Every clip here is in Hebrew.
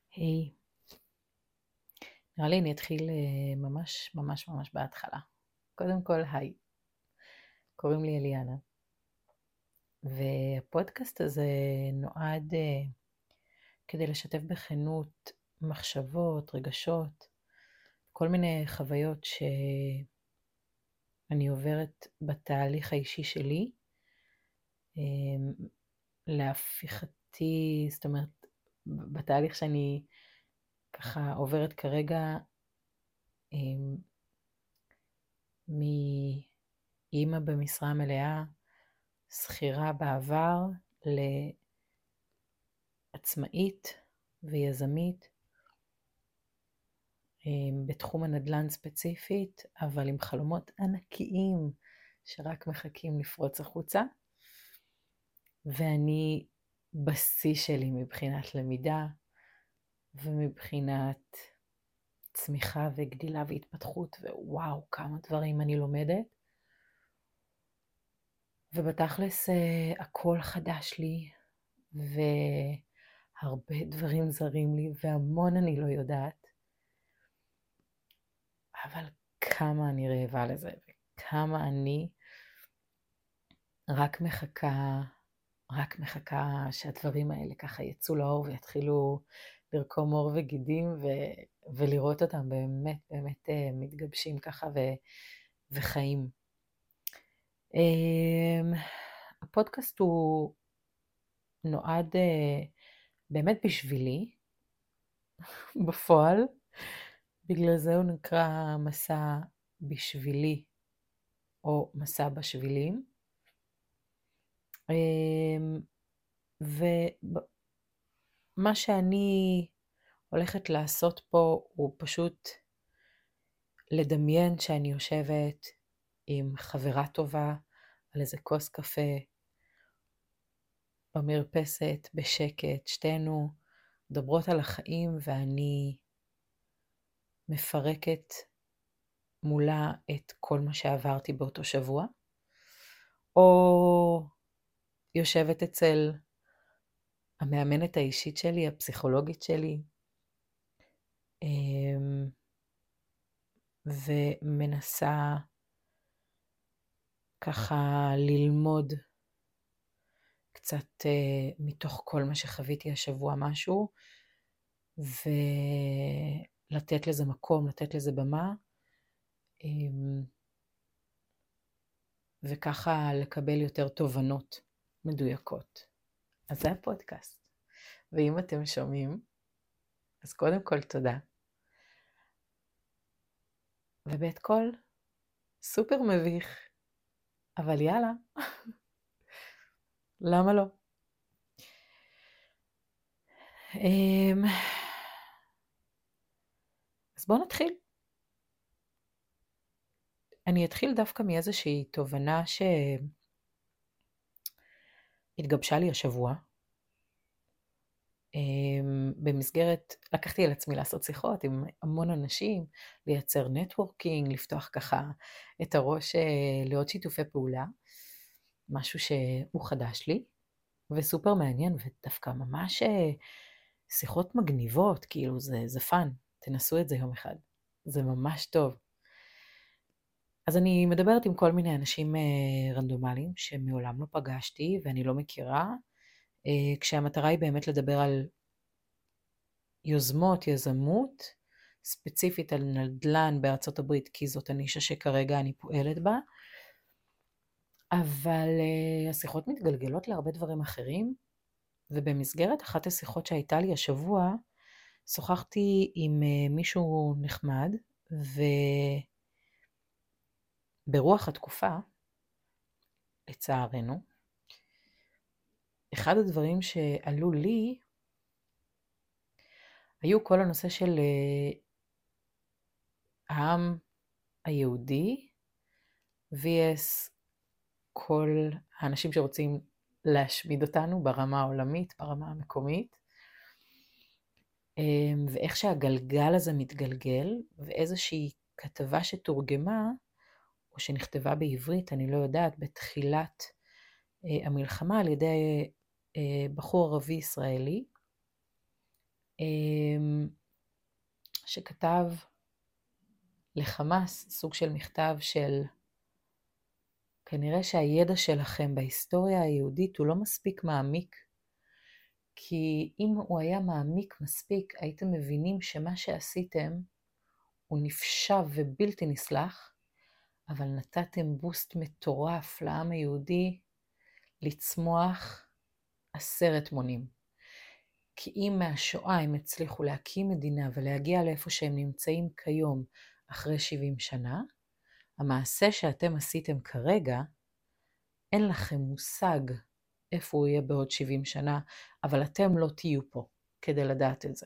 היי, נראה לי אני אתחיל ממש ממש ממש בהתחלה. קודם כל, היי, קוראים לי אליאנה, והפודקאסט הזה נועד כדי לשתף בכנות מחשבות, רגשות, כל מיני חוויות שאני עוברת בתהליך האישי שלי, להפיכתי, זאת אומרת, בתהליך שאני ככה עוברת כרגע, מאימא במשרה מלאה, שכירה בעבר, לעצמאית ויזמית בתחום הנדל"ן ספציפית, אבל עם חלומות ענקיים שרק מחכים לפרוץ החוצה. ואני בשיא שלי מבחינת למידה ומבחינת צמיחה וגדילה והתפתחות, ווואו, כמה דברים אני לומדת. ובתכלס הכל חדש לי, והרבה דברים זרים לי, והמון אני לא יודעת. אבל כמה אני רעבה לזה, וכמה אני רק מחכה שהדברים האלה ככה יצאו לאור ויתחילו לרקום עור וגידים, ולראות אותם באמת באמת מתגבשים ככה וחיים. הפודקאסט הוא נועד באמת בשבילי, בפועל, בגלל זה הוא נקרא מסע בשבילי, או מסע בשבילים. ומה שאני הולכת לעשות פה הוא פשוט לדמיין שאני יושבת עם חברה טובה על איזה כוס קפה במרפסת בשקט, שתינו מדברות על החיים ואני מפרקת מולה את כל מה שעברתי באותו שבוע, או יושבת אצל המאמנת האישית שלי, הפסיכולוגית שלי, ומנסה ככה ללמוד קצת מתוך כל מה שחוויתי השבוע משהו, ולתת לזה מקום, לתת לזה במה, וככה לקבל יותר תובנות מדויקות. אז זה הפודקאסט. ואם אתם שומעים, אז קודם כל תודה. ובית כל סופר מביך, אבל יאללה, למה לא? אז בואו נתחיל. אני אתחיל דווקא מאיזושהי תובנה שהתגבשה לי השבוע. במסגרת, לקחתי על עצמי לעשות שיחות עם המון אנשים, לייצר נטוורקינג, לפתוח ככה את הראש לעוד שיתופי פעולה, משהו שהוא חדש לי, וסופר מעניין, ודווקא ממש שיחות מגניבות, כאילו זה פאן, תנסו את זה יום אחד, זה ממש טוב. אז אני מדברת עם כל מיני אנשים רנדומליים שמעולם לא פגשתי ואני לא מכירה, כשהמטרה היא באמת לדבר על יוזמות, יזמות, ספציפית על נדל"ן בארצות הברית, כי זאת הנישה שכרגע אני פועלת בה, אבל השיחות מתגלגלות להרבה דברים אחרים, ובמסגרת אחת השיחות שהייתה לי השבוע, שוחחתי עם מישהו נחמד, וברוח התקופה, לצערנו, אחד הדברים שעלו לי, היו כל הנושא של העם היהודי, vs כל האנשים שרוצים להשמיד אותנו ברמה העולמית, ברמה המקומית, ואיך שהגלגל הזה מתגלגל, ואיזושהי כתבה שתורגמה, או שנכתבה בעברית, אני לא יודעת, בתחילת המלחמה על ידי בחור ערבי ישראלי, שכתב לחמאס סוג של מכתב של כנראה שהידע שלכם בהיסטוריה היהודית הוא לא מספיק מעמיק, כי אם הוא היה מעמיק מספיק הייתם מבינים שמה שעשיתם הוא נפשע ובלתי נסלח, אבל נתתם בוסט מטורף לעם היהודי לצמוח 10 מונים. כי אם מהשואה הם הצליחו להקים מדינה ולהגיע לאיפה שהם נמצאים כיום אחרי 70 שנה, המעשה שאתם עשיתם כרגע, אין לכם מושג איפה הוא יהיה בעוד 70 שנה, אבל אתם לא תהיו פה כדי לדעת את זה.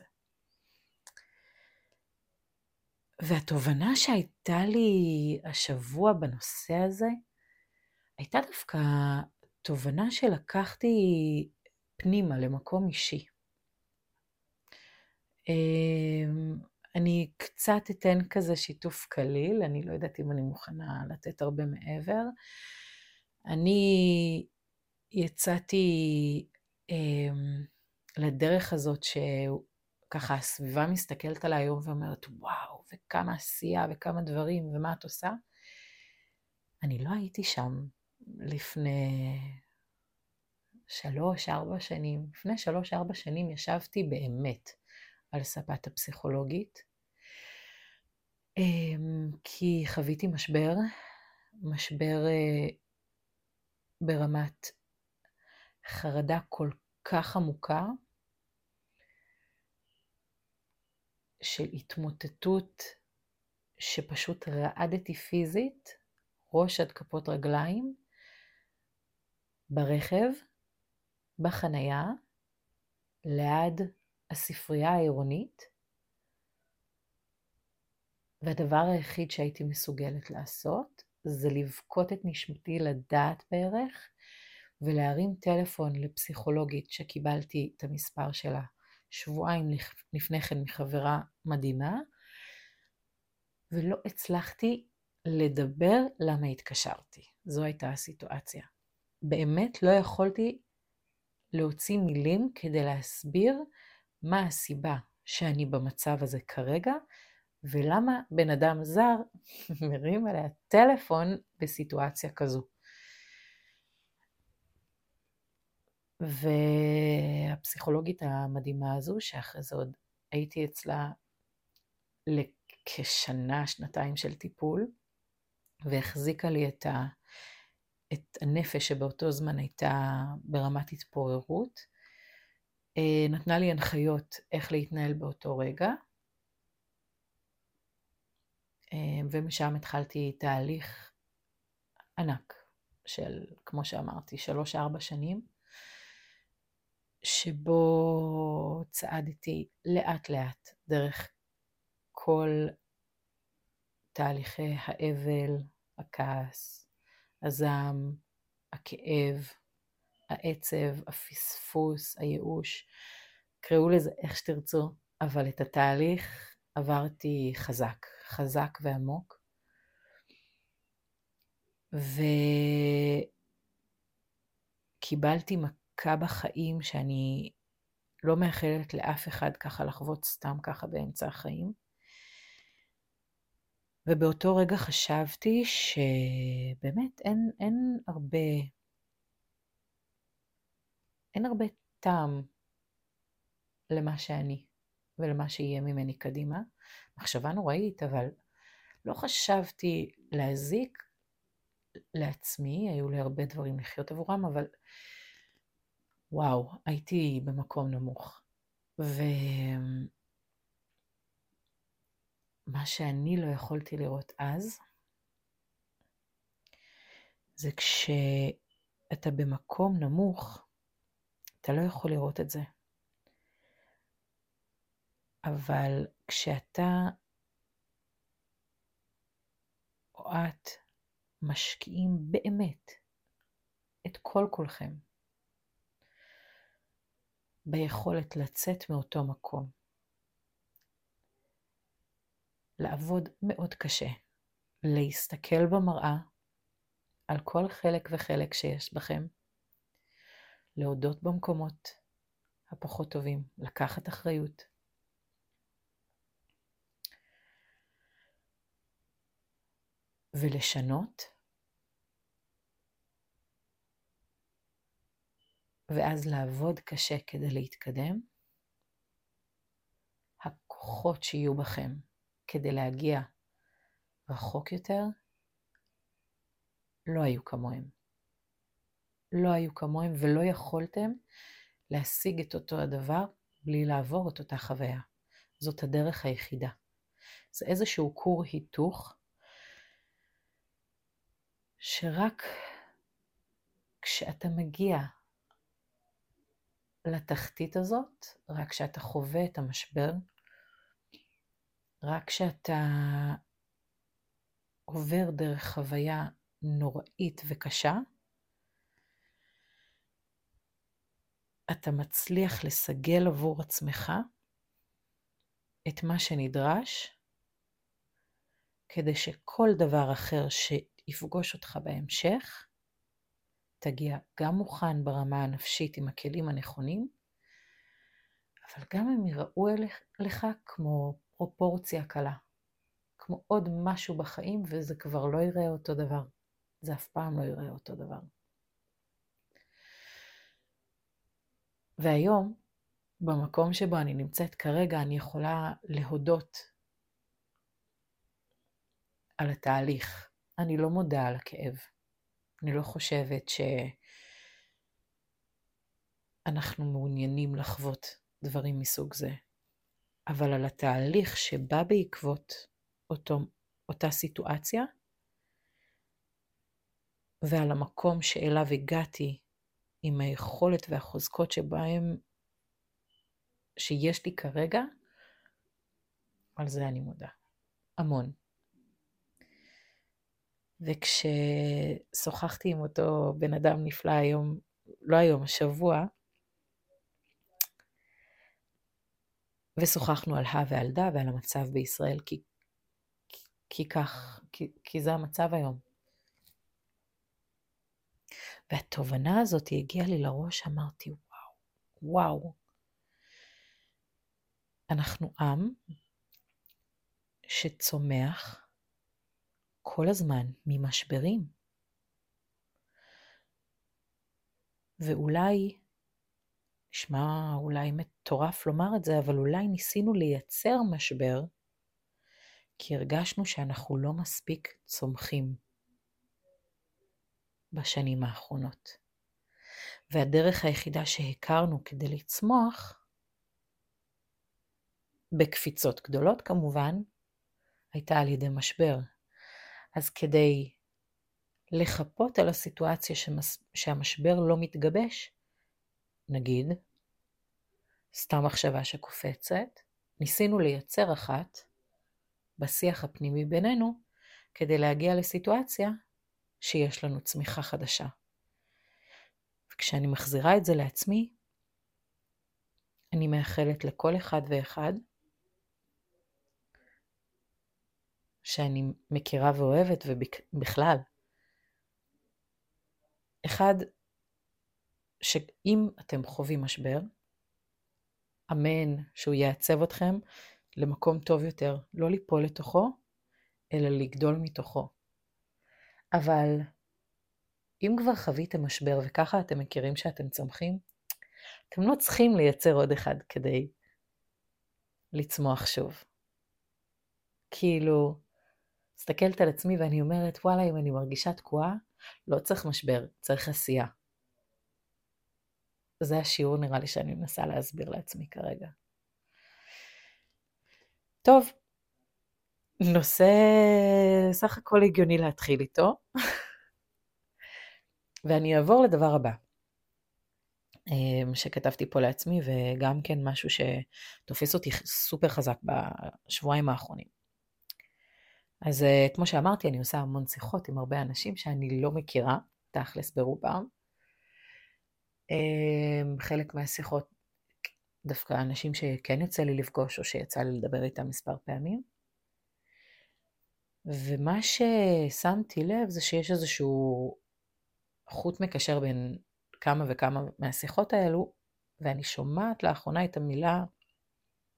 והתובנה שהייתה לי השבוע בנושא הזה, הייתה דווקא תובנה שלקחתי פנימה למקום אישי. אני קצת אתן כזה שיתוף קליל, אני לא יודעת אם אני מוכנה לתת הרבה מעבר. אני יצאתי לדרך הזאת שככה הסביבה מסתכלת עליי היום ואומרת וואו, וכמה עשייה וכמה דברים ומה את עושה. אני לא הייתי שם לפני 3-4 שנים. לפני 3-4 שנים ישבתי באמת על ספת הפסיכולוגית, כי חוויתי משבר ברמת חרדה כל כך עמוקה, של התמוטטות שפשוט רעדתי פיזית, ראש עד כפות רגליים, ברכב, בחנייה, ליד הספרייה העירונית, והדבר היחיד שהייתי מסוגלת לעשות זה לבכות את נשמתי לדעת בערך, ולהרים טלפון לפסיכולוגית שקיבלתי את המספר שלה שבועיים לפני כן מחברה מדהימה, ולא הצלחתי לדבר למה התקשרתי. זו הייתה הסיטואציה. באמת לא יכולתי להוציא מילים כדי להסביר מה הסיבה שאני במצב הזה כרגע, ולמה בן אדם זר מרים עליה טלפון בסיטואציה כזו. והפסיכולוגית המדהימה הזו, שאחרי זה עוד הייתי אצלה לכשנה, שנתיים של טיפול, והחזיקה לי את הנפש שבאותו זמן הייתה ברמת התפוררות, נתנה לי הנחיות איך להתנהל באותו רגע, ומשם התחלתי תהליך ענק של, כמו שאמרתי, 3-4 שנים, שבו צעדתי לאט לאט דרך כל תהליכי האבל, הכעס, הזעם, הכאב, העצב, הפספוס, הייאוש, קראו לזה איך שתרצו, אבל את התהליך עברתי חזק ועמוק. וקיבלתי מכה בחיים שאני לא מאחלת לאף אחד ככה לחוות סתם ככה באמצע החיים. ובאותו רגע חשבתי שבאמת אין הרבה טעם למה שאני ולמה שיהיה ממני קדימה. מחשבה נוראית, אבל לא חשבתי להזיק לעצמי, היו לי הרבה דברים לחיות עבורם, אבל וואו, הייתי במקום נמוך. ומה שאני לא יכולתי לראות אז, זה כשאתה במקום נמוך, אתה לא יכול לראות את זה. אבל כשאתה או את משקיעים באמת את כל כולכם ביכולת לצאת מאותו מקום, לעבוד מאוד קשה, להסתכל במראה על כל חלק וחלק שיש בכם, להודות במקומות הפחות טובים, לקחת אחריות, ולשנות, ואז לעבוד קשה כדי להתקדם, הכוחות שיהיו בכם כדי להגיע רחוק יותר, לא היו כמוהם. לא היו כמוהם ולא יכולתם להשיג את אותו הדבר בלי לעבור את אותה חוויה. זאת הדרך היחידה. זה איזשהו כור היתוך שרק כשאתה מגיע לתחתית הזאת, רק כשאתה חווה את המשבר, רק כשאתה עובר דרך חוויה נוראית וקשה, אתה מצליח לסגל עבור עצמך את מה שנדרש, כדי שכל דבר אחר שיפגוש אותך בהמשך, תגיע גם מוכן ברמה הנפשית עם הכלים הנכונים, אבל גם הם יראו לך כמו פרופורציה קלה, כמו עוד משהו בחיים, וזה כבר לא יראה אותו דבר. זה אף פעם לא יראה אותו דבר. והיום, במקום שבו אני נמצאת כרגע, אני יכולה להודות על התהליך. אני לא מודה על הכאב. אני לא חושבת שאנחנו מעוניינים לחוות דברים מסוג זה. אבל על התהליך שבא בעקבות אותה סיטואציה, ועל המקום שאליו הגעתי עם היכולת והחוזקות שיש לי כרגע, על זה אני מודה. המון. וכששוחחתי עם אותו בן אדם נפלא היום, לא היום, השבוע, ושוחחנו על ועל דה ועל המצב בישראל, כי זה המצב היום. והתובנה הזאת הגיעה לי לראש, אמרתי, וואו. אנחנו עם שצומח כל הזמן ממשברים. ואולי, נשמע אולי מטורף לומר את זה, אבל אולי ניסינו לייצר משבר, כי הרגשנו שאנחנו לא מספיק צומחים בשנים האחרונות. והדרך היחידה שהכרנו כדי לצמוח, בקפיצות גדולות כמובן, הייתה על ידי משבר. אז כדי לחפות על הסיטואציה שהמשבר לא מתגבש, נגיד, סתם מחשבה שקופצת, ניסינו לייצר אחת בשיח הפנימי בינינו, כדי להגיע לסיטואציה שיש לנו צמיחה חדשה. וכשאני מחזירה את זה לעצמי, אני מאחלת לכל אחד ואחד, שאני מכירה ואוהבת ובכלל. אחד, שאם אתם חווים משבר, אמן שהוא יעצב אתכם למקום טוב יותר, לא ליפול לתוכו, אלא לגדול מתוכו. אבל אם כבר חוויתם משבר וככה אתם מכירים שאתם צומחים, אתם לא צריכים לייצר עוד אחד כדי לצמוח שוב. כאילו, מסתכלת על עצמי ואני אומרת, וואלה, אם אני מרגישה תקועה, לא צריך משבר, צריך עשייה. זה השיעור נראה לי שאני מנסה להסביר לעצמי כרגע. טוב, נושא סך הכל הגיוני להתחיל איתו, ואני אעבור לדבר הבא, שכתבתי פה לעצמי, וגם כן משהו שתופס אותי סופר חזק בשבועיים האחרונים. אז כמו שאמרתי, אני עושה המון שיחות עם הרבה אנשים שאני לא מכירה, תכלס ברובם. חלק מהשיחות דווקא אנשים שכן יוצא לי לפגוש, או שיצא לי לדבר איתם מספר פעמים. ומה ששמתי לב זה שיש איזשהו חוט מקשר בין כמה וכמה מהשיחות האלו, ואני שומעת לאחרונה את המילה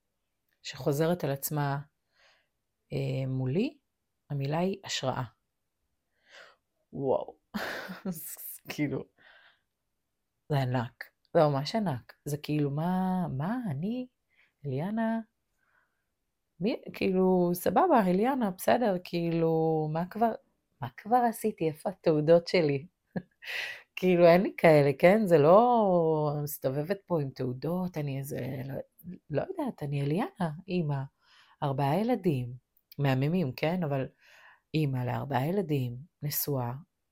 שחוזרת על עצמה מולי, המילה היא השראה. וואו. אז כאילו, זה ענק. זה ממש ענק. זה כאילו, אני, אליאנה, כאילו, סבבה, אליאנה, בסדר, כאילו, מה כבר עשיתי? איפה התעודות שלי? כאילו, אין לי כאלה, כן? זה לא מסתובבת פה עם תעודות, אני איזה, לא יודעת, אני אליאנה, אימא, 4 ילדים, מהממים, כן? אבל אימא ל4 ילדים, נשואה,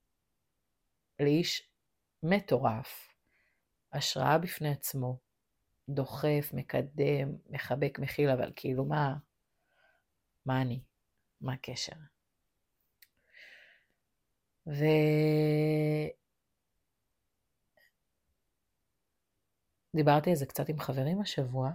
לאיש מטורף, השראה בפני עצמו, דוחף, מקדם, מחבק, מכיל, אבל כאילו, מה אני? מה הקשר? ודיברתי על זה קצת עם חברים השבוע,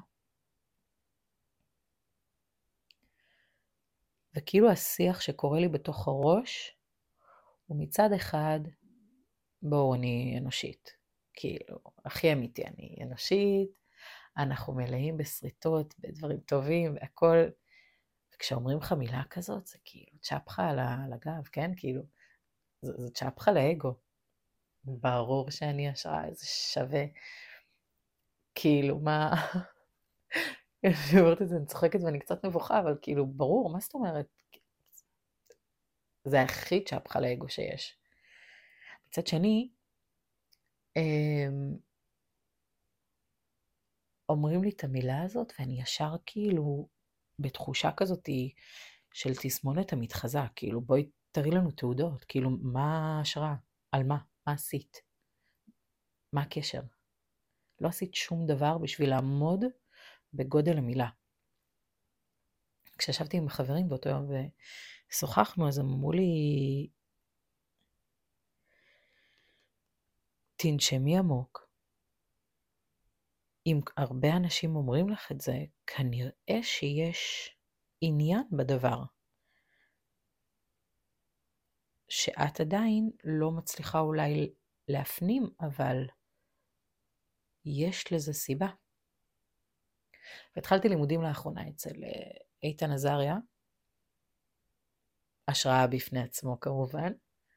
וכאילו השיח שקורה לי בתוך הראש, הוא מצד אחד, בואו, אני אנושית. כאילו, הכי אמיתי, אני אנושית, אנחנו מלאים בסריטות, בדברים טובים, והכל. וכשאומרים לך מילה כזאת, זה כאילו צ'פחה על הגב, כן? כאילו, זה צ'פחה לאגו. ברור שאני השראה, זה שווה. כאילו, מה... אני אומרת את זה, אני צוחקת ואני קצת מבוכה, אבל כאילו, ברור, מה זאת אומרת? זה הכי צ'פחה לאגו שיש. מצד שני, אומרים לי את המילה הזאת, ואני ישר כאילו בתחושה כזאת של תסמונת המתחזה, כאילו בואי תראי לנו תעודות, כאילו מה ההשראה? על מה? מה עשית? מה הקשר? לא עשית שום דבר בשביל לעמוד בגודל המילה. כשישבתי עם החברים באותו יום ושוחחנו, אז הם אמרו לי, תנשמי עמוק. אם הרבה אנשים אומרים לך את זה, כנראה שיש עניין בדבר. שאת עדיין לא מצליחה אולי להפנים, אבל יש לזה סיבה. והתחלתי לימודים לאחרונה אצל איתן עזריה, השראה בפני עצמו כמובן,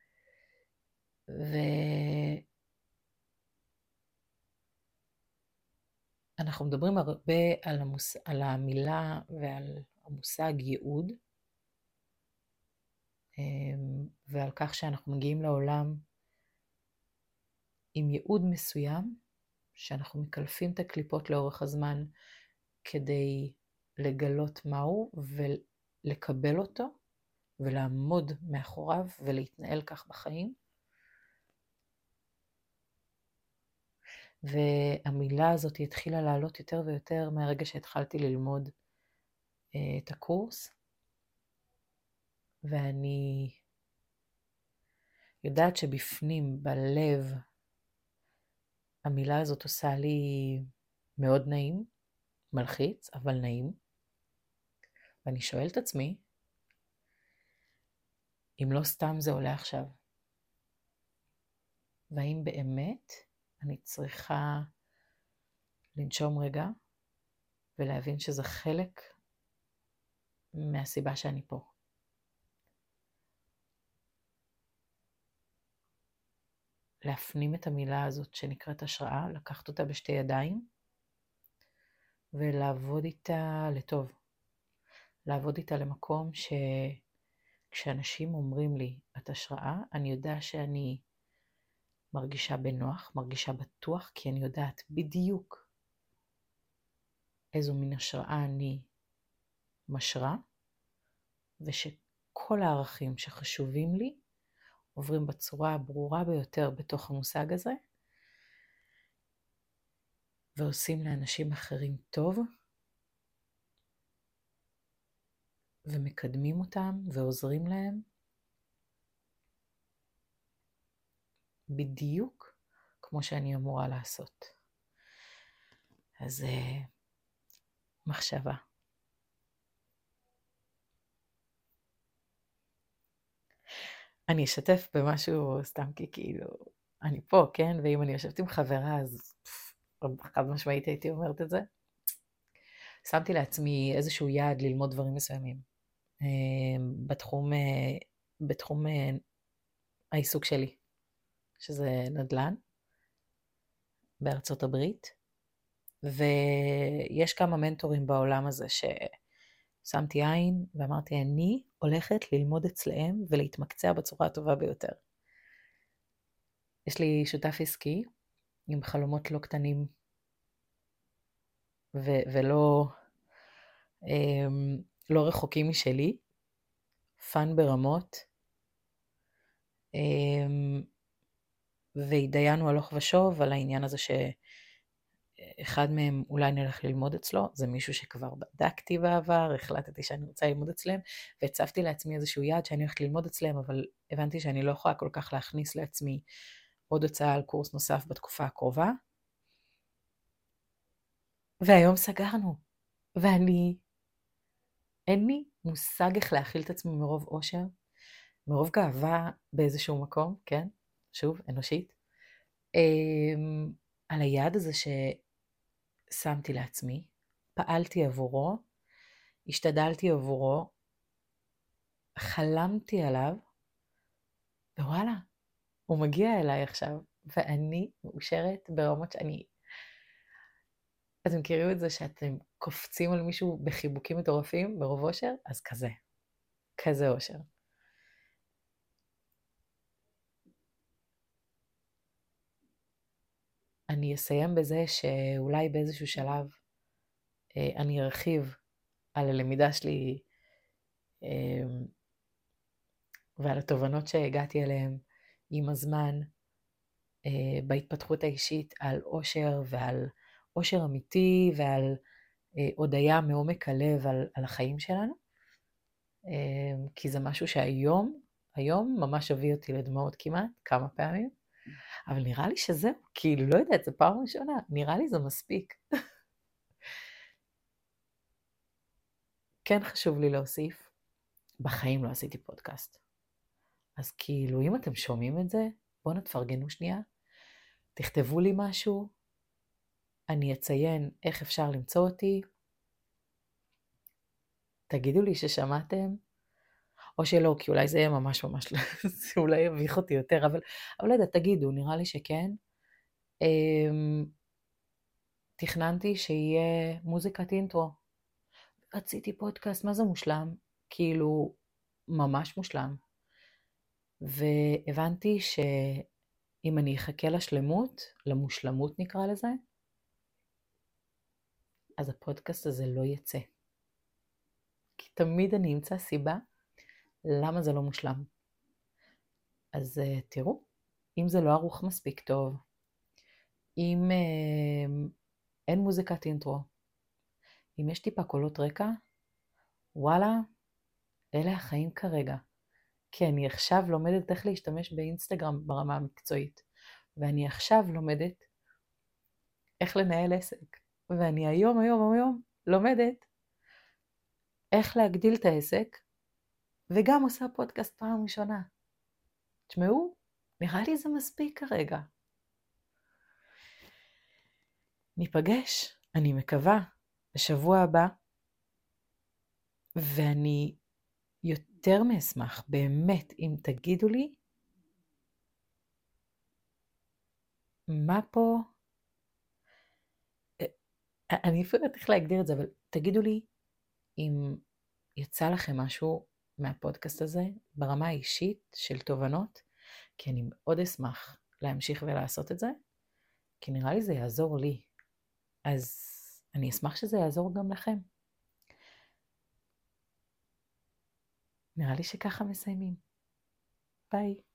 ואנחנו מדברים הרבה על המילה ועל המושג ייעוד, ועל כך שאנחנו מגיעים לעולם עם ייעוד מסוים, שאנחנו מקלפים את הקליפות לאורך הזמן כדי לגלות מהו ולקבל אותו ולעמוד מאחוריו ולהתנהל כך בחיים. והמילה הזאת התחילה לעלות יותר ויותר מהרגע שהתחלתי ללמוד את הקורס, ואני יודעת שבפנים, בלב, המילה הזאת עושה לי מאוד נעים, מלחיץ, אבל נעים. ואני שואלת את עצמי, אם לא סתם זה עולה עכשיו, והאם באמת אני צריכה לנשום רגע ולהבין שזה חלק מהסיבה שאני פה. להפנים את המילה הזאת שנקראת השראה, לקחת אותה בשתי ידיים ולעבוד איתה לטוב. לעבוד איתה למקום שכשאנשים אומרים לי את השראה, אני יודע שאני מרגישה בנוח, מרגישה בטוח, כי אני יודעת בדיוק איזו מין השראה אני משרה, ושכל הערכים שחשובים לי עוברים בצורה הברורה ביותר בתוך המושג הזה, ועושים לאנשים אחרים טוב, ומקדמים אותם ועוזרים להם, בדיוק כמו שאני אמורה לעשות. אז מחשבה. אני אשתף במשהו סתם כי כאילו, אני פה, כן? ואם אני יושבת עם חברה, אז חד משמעית הייתי אומרת את זה. שמתי לעצמי איזשהו יעד ללמוד דברים מסוימים. בתחום העיסוק שלי, שזה נדל"ן בארצות הברית, ויש כמה מנטורים בעולם הזה ששמתי עין ואמרתי, אני הולכת ללמוד אצלהם ולהתמקצע בצורה הטובה ביותר. יש לי שותף עסקי עם חלומות לא קטנים ולא לא רחוקים משלי, פן ברמות, והתדיינו הלוך ושוב על העניין הזה שאחד מהם אולי נלך ללמוד אצלו, זה מישהו שכבר בדקתי בעבר, החלטתי שאני רוצה ללמוד אצלם, והצבתי לעצמי איזשהו יעד שאני הולכת ללמוד אצלם, אבל הבנתי שאני לא יכולה כל כך להכניס לעצמי עוד הוצאה על קורס נוסף בתקופה הקרובה, והיום סגרנו, אין לי מושג איך להכיל את עצמי מרוב אושר, מרוב גאווה באיזשהו מקום, כן? שוב, אנושית. על היעד הזה ששמתי לעצמי, פעלתי עבורו, השתדלתי עבורו, חלמתי עליו, ווואלה, הוא מגיע אליי עכשיו, ואני מאושרת ברמות שאני... אתם מכירים את זה שאתם קופצים על מישהו בחיבוקים מטורפים, ברוב אושר? אז כזה אושר. אני אסיים בזה שאולי באיזשהו שלב אני ארחיב על הלמידה שלי ועל התובנות שהגעתי אליהן עם הזמן בהתפתחות האישית על אושר ועל אושר אמיתי ועל הודיה מעומק הלב על החיים שלנו, כי זה משהו שהיום ממש הביא אותי לדמעות כמעט כמה פעמים, אבל נראה לי שזהו, כאילו לא יודעת, זו פעם ראשונה, נראה לי זה מספיק. כן חשוב לי להוסיף, בחיים לא עשיתי פודקאסט. אז כאילו, אם אתם שומעים את זה, בואו נתפרגנו שנייה, תכתבו לי משהו, אני אציין איך אפשר למצוא אותי, תגידו לי ששמעתם, או שלא, כי אולי זה יהיה ממש, זה אולי יביך אותי יותר, אבל לא יודע, תגידו, נראה לי שכן. תכננתי שיהיה מוזיקת אינטרו. רציתי פודקאסט, מה זה מושלם? כאילו, ממש מושלם. והבנתי שאם אני אחכה לשלמות, למושלמות נקרא לזה, אז הפודקאסט הזה לא יצא. כי תמיד אני אמצא סיבה למה זה לא מושלם. אז תראו, אם זה לא ערוך מספיק טוב, אם אין מוזיקת אינטרו, אם יש טיפה קולות רקע, וואלה, אלה החיים כרגע. כי אני עכשיו לומדת איך להשתמש באינסטגרם ברמה המקצועית, ואני עכשיו לומדת איך לנהל עסק, ואני היום לומדת איך להגדיל את העסק, וגם עושה פודקאסט פעם ראשונה. תשמעו, נראה לי זה מספיק כרגע. ניפגש, אני מקווה, בשבוע הבא, ואני יותר מאשמח, באמת, אם תגידו לי, מה פה, אני אפילו לא איך להגדיר את זה, אבל תגידו לי אם יצא לכם משהו מהפודקאסט הזה, ברמה האישית של תובנות, כי אני מאוד אשמח להמשיך ולעשות את זה, כי נראה לי זה יעזור לי. אז אני אשמח שזה יעזור גם לכם. נראה לי שככה מסיימים. ביי.